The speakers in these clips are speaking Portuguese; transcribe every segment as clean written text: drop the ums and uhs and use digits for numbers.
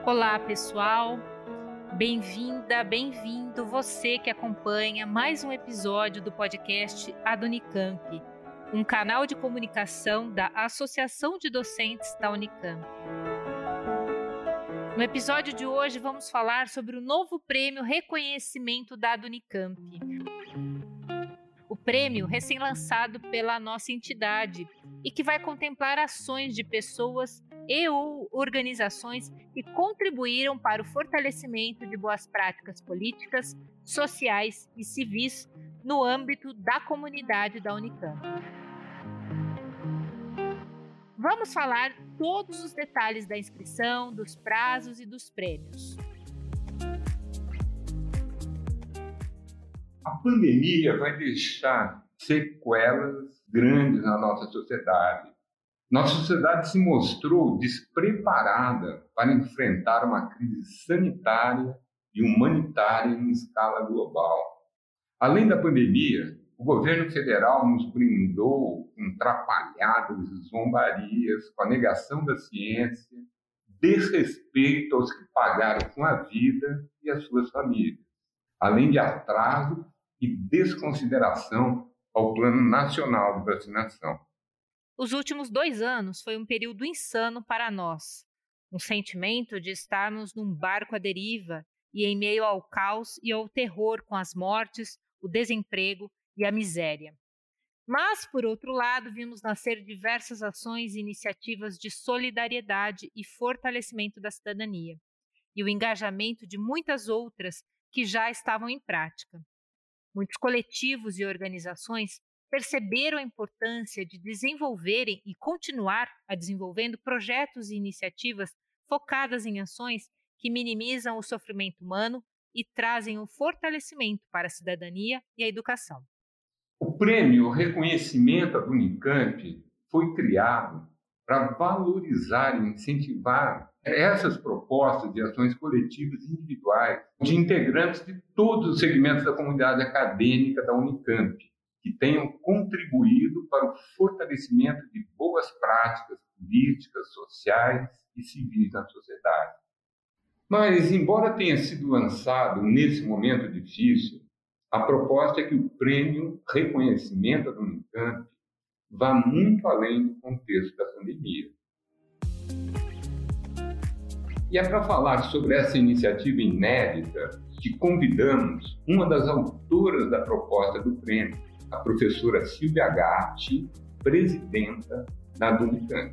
Olá, pessoal! Bem-vinda, bem-vindo você que acompanha mais um episódio do podcast Adunicamp, um canal de comunicação da Associação de Docentes da Unicamp. No episódio de hoje vamos falar sobre o novo prêmio Reconhecimento da Adunicamp. O prêmio recém-lançado pela nossa entidade e que vai contemplar ações de pessoas e ou organizações que contribuíram para o fortalecimento de boas práticas políticas, sociais e civis no âmbito da comunidade da Unicamp. Vamos falar todos os detalhes da inscrição, dos prazos e dos prêmios. A pandemia vai deixar sequelas grandes na nossa sociedade. Nossa sociedade se mostrou despreparada para enfrentar uma crise sanitária e humanitária em escala global. Além da pandemia, o governo federal nos brindou com trapalhadas e zombarias, com a negação da ciência, desrespeito aos que pagaram com a vida e as suas famílias, além de atraso e desconsideração ao Plano Nacional de Vacinação. Os últimos 2 anos foi um período insano para nós. Um sentimento de estarmos num barco à deriva e em meio ao caos e ao terror com as mortes, o desemprego e a miséria. Mas, por outro lado, vimos nascer diversas ações e iniciativas de solidariedade e fortalecimento da cidadania, e o engajamento de muitas outras que já estavam em prática. Muitos coletivos e organizações perceberam a importância de desenvolverem e continuar a desenvolvendo projetos e iniciativas focadas em ações que minimizam o sofrimento humano e trazem o fortalecimento para a cidadania e a educação. O prêmio Reconhecimento da Unicamp foi criado para valorizar e incentivar essas propostas de ações coletivas e individuais de integrantes de todos os segmentos da comunidade acadêmica da Unicamp, que tenham contribuído para o fortalecimento de boas práticas políticas, sociais e civis na sociedade. Mas, embora tenha sido lançado nesse momento difícil, a proposta é que o prêmio Reconhecimento da Unicamp vá muito além do contexto da pandemia. E é para falar sobre essa iniciativa inédita que convidamos uma das autoras da proposta do prêmio, a professora Silvia Gatti, presidenta da Unicamp.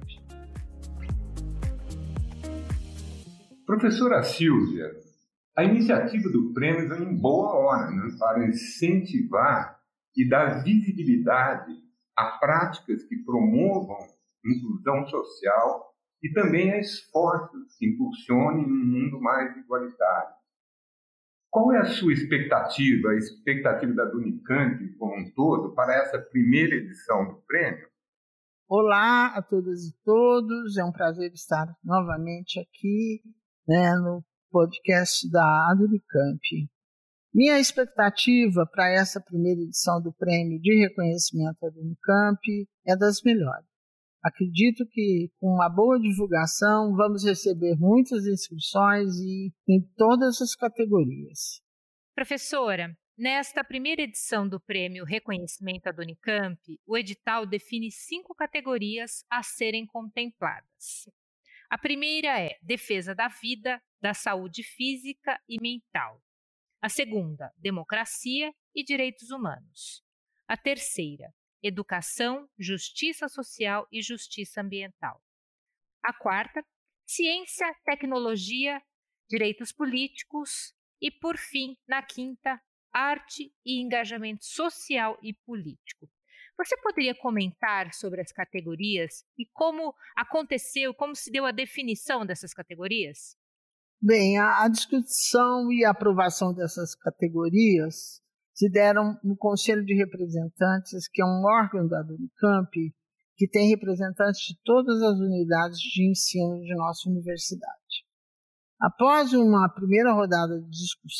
Professora Silvia, a iniciativa do prêmio vem em boa hora, para incentivar e dar visibilidade a práticas que promovam inclusão social e também a esforços que impulsionem um mundo mais igualitário. Qual é a sua expectativa, a expectativa da Unicamp como um todo, para essa primeira edição do prêmio? Olá a todas e todos, é um prazer estar novamente aqui, no podcast da Unicamp. Minha expectativa para essa primeira edição do prêmio de reconhecimento da Unicamp é das melhores. Acredito que com uma boa divulgação vamos receber muitas inscrições e em todas as categorias. Professora, nesta primeira edição do prêmio Reconhecimento da Unicamp, o edital define 5 categorias a serem contempladas. A primeira é Defesa da Vida, da Saúde Física e Mental. A segunda, Democracia e Direitos Humanos. A terceira, Educação, Justiça Social e Justiça Ambiental. A quarta, Ciência, Tecnologia, Direitos Políticos. E, por fim, na quinta, Arte e Engajamento Social e Político. Você poderia comentar sobre as categorias e como aconteceu, como se deu a definição dessas categorias? Bem, a discussão e a aprovação dessas categorias se deram no Conselho de Representantes, que é um órgão da Unicamp, que tem representantes de todas as unidades de ensino de nossa universidade. Após uma primeira rodada de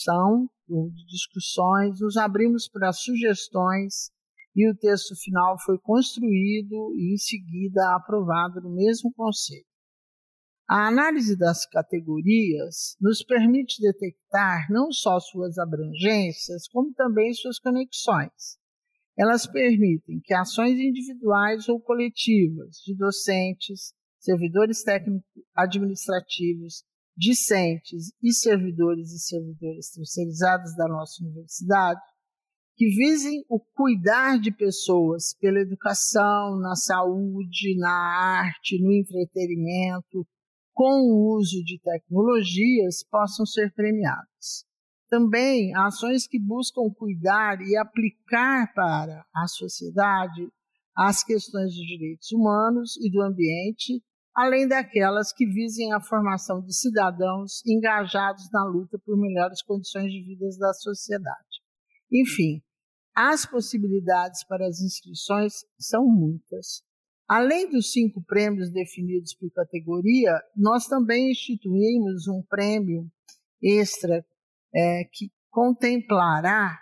discussões, nos abrimos para sugestões e o texto final foi construído e, em seguida, aprovado no mesmo Conselho. A análise das categorias nos permite detectar não só suas abrangências, como também suas conexões. Elas permitem que ações individuais ou coletivas de docentes, servidores técnico-administrativos, discentes e servidores terceirizados da nossa universidade, que visem o cuidar de pessoas pela educação, na saúde, na arte, no entretenimento, com o uso de tecnologias, possam ser premiadas. Também ações que buscam cuidar e aplicar para a sociedade as questões dos direitos humanos e do ambiente, além daquelas que visem a formação de cidadãos engajados na luta por melhores condições de vida da sociedade. Enfim, as possibilidades para as inscrições são muitas. Além dos 5 prêmios definidos por categoria, nós também instituímos um prêmio extra que contemplará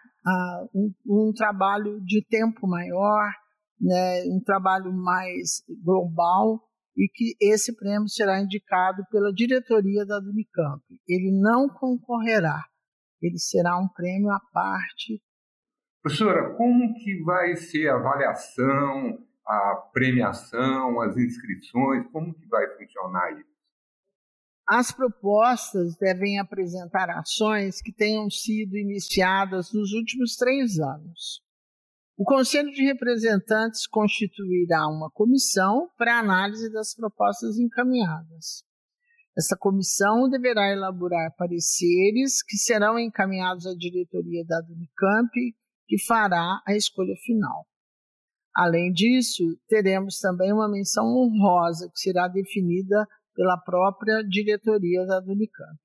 um trabalho de tempo maior, né, um trabalho mais global, e que esse prêmio será indicado pela diretoria da Unicamp. Ele não concorrerá, ele será um prêmio à parte. Professora, como que vai ser a avaliação, a premiação, as inscrições, como que vai funcionar isso? As propostas devem apresentar ações que tenham sido iniciadas nos últimos 3 anos. O Conselho de Representantes constituirá uma comissão para análise das propostas encaminhadas. Essa comissão deverá elaborar pareceres que serão encaminhados à diretoria da Unicamp, que fará a escolha final. Além disso, teremos também uma menção honrosa que será definida pela própria diretoria da Unicamp.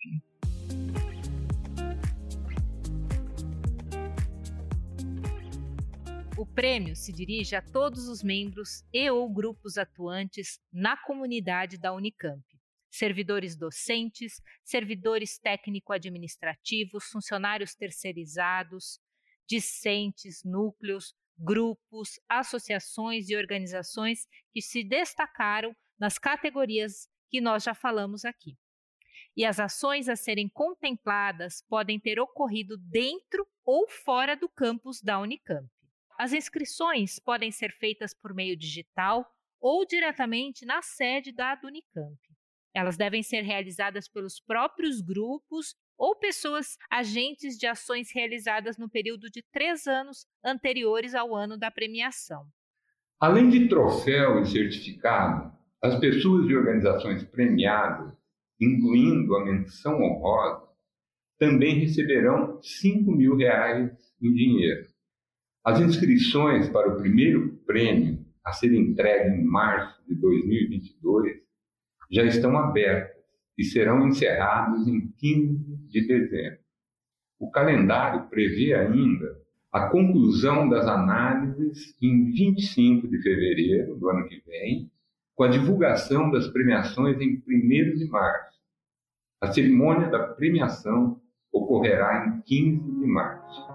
O prêmio se dirige a todos os membros e ou grupos atuantes na comunidade da Unicamp. Servidores docentes, servidores técnico-administrativos, funcionários terceirizados, discentes, núcleos, grupos, associações e organizações que se destacaram nas categorias que nós já falamos aqui. E as ações a serem contempladas podem ter ocorrido dentro ou fora do campus da Unicamp. As inscrições podem ser feitas por meio digital ou diretamente na sede da Unicamp. Elas devem ser realizadas pelos próprios grupos ou pessoas agentes de ações realizadas no período de 3 anos anteriores ao ano da premiação. Além de troféu e certificado, as pessoas e organizações premiadas, incluindo a menção honrosa, também receberão R$ 5.000 em dinheiro. As inscrições para o primeiro prêmio, a ser entregue em março de 2022, já estão abertas e serão encerradas em 15 de dezembro. O calendário prevê ainda a conclusão das análises em 25 de fevereiro do ano que vem, com a divulgação das premiações em 1º de março. A cerimônia da premiação ocorrerá em 15 de março.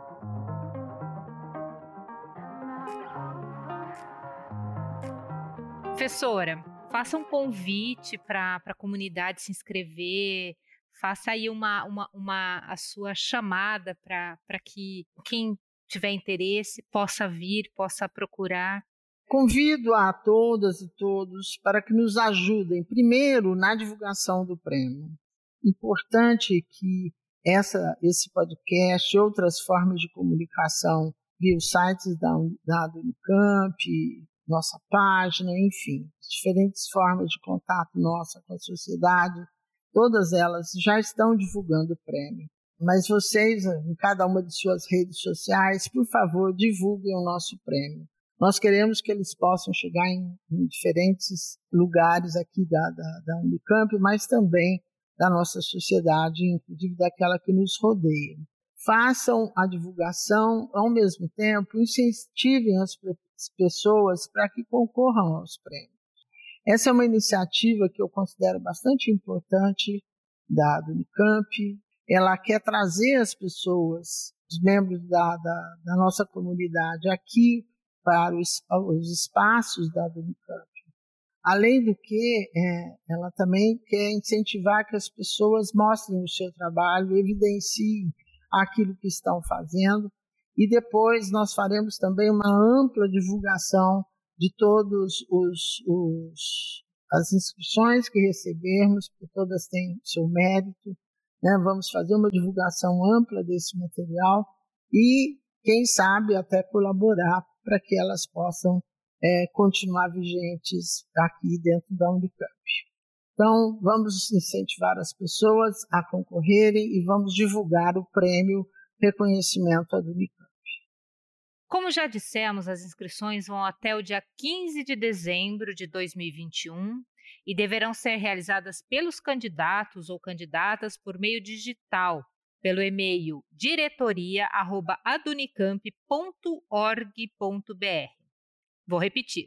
Professora, faça um convite para a comunidade se inscrever, faça aí a sua chamada para que quem tiver interesse possa vir, possa procurar. Convido a todas e todos para que nos ajudem, primeiro, na divulgação do prêmio. Importante que esse podcast e outras formas de comunicação via os sites da Unicamp, nossa página, enfim, diferentes formas de contato nossa com a sociedade, todas elas já estão divulgando o prêmio. Mas vocês, em cada uma de suas redes sociais, por favor, divulguem o nosso prêmio. Nós queremos que eles possam chegar em diferentes lugares aqui da Unicamp, mas também da nossa sociedade, inclusive daquela que nos rodeia. Façam a divulgação, ao mesmo tempo, incentivem as pessoas para que concorram aos prêmios. Essa é uma iniciativa que eu considero bastante importante da Unicamp. Ela quer trazer as pessoas, os membros da nossa comunidade aqui para os espaços da Unicamp. Além do que, ela também quer incentivar que as pessoas mostrem o seu trabalho, evidenciem aquilo que estão fazendo, e depois nós faremos também uma ampla divulgação de todas as inscrições que recebermos, porque todas têm seu mérito, né? Vamos fazer uma divulgação ampla desse material e, quem sabe, até colaborar para que elas possam continuar vigentes aqui dentro da Unicamp. Então, vamos incentivar as pessoas a concorrerem e vamos divulgar o prêmio Reconhecimento à Unicamp. Como já dissemos, as inscrições vão até o dia 15 de dezembro de 2021 e deverão ser realizadas pelos candidatos ou candidatas por meio digital, pelo e-mail diretoria@adunicamp.org.br. Vou repetir,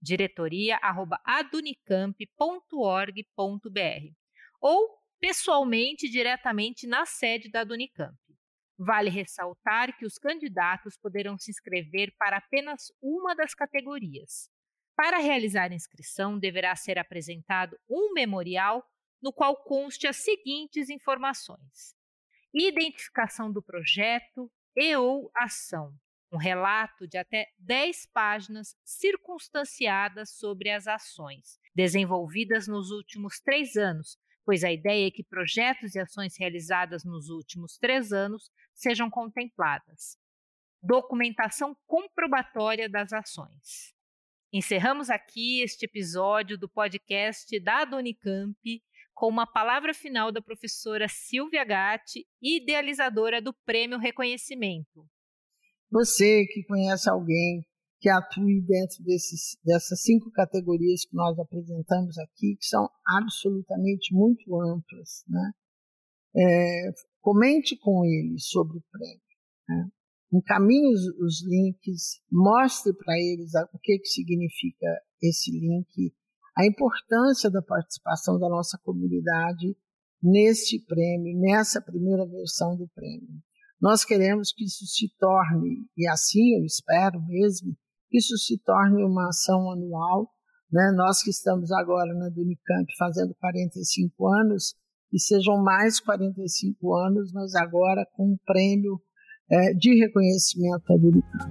diretoria@adunicamp.org.br ou pessoalmente diretamente na sede da Adunicamp. Vale ressaltar que os candidatos poderão se inscrever para apenas uma das categorias. Para realizar a inscrição, deverá ser apresentado um memorial no qual conste as seguintes informações: identificação do projeto e/ou ação, um relato de até 10 páginas circunstanciadas sobre as ações desenvolvidas nos últimos 3 anos, pois a ideia é que projetos e ações realizadas nos últimos 3 anos sejam contempladas. Documentação comprobatória das ações. Encerramos aqui este episódio do podcast da Unicamp com uma palavra final da professora Silvia Gatti, idealizadora do Prêmio Reconhecimento. Você que conhece alguém que atue dentro dessas 5 categorias que nós apresentamos aqui, que são absolutamente muito amplas, né? Comente com eles sobre o prêmio, né? Encaminhe os links, mostre para eles o que significa esse link, a importância da participação da nossa comunidade neste prêmio, nessa primeira versão do prêmio. Nós queremos que isso se torne, e assim eu espero mesmo, que isso se torne uma ação anual, né? Nós que estamos agora na Unicamp fazendo 45 anos, e sejam mais 45 anos, mas agora com um prêmio de reconhecimento à Unicamp.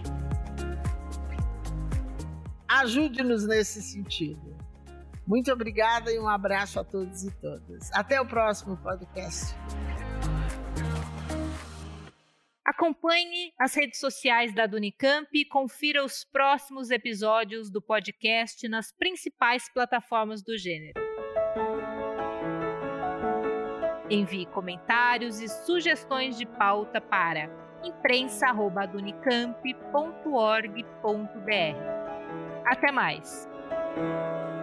Ajude-nos nesse sentido. Muito obrigada e um abraço a todos e todas. Até o próximo podcast. Acompanhe as redes sociais da Unicamp e confira os próximos episódios do podcast nas principais plataformas do gênero. Envie comentários e sugestões de pauta para imprensa@adunicamp.org.br. Até mais!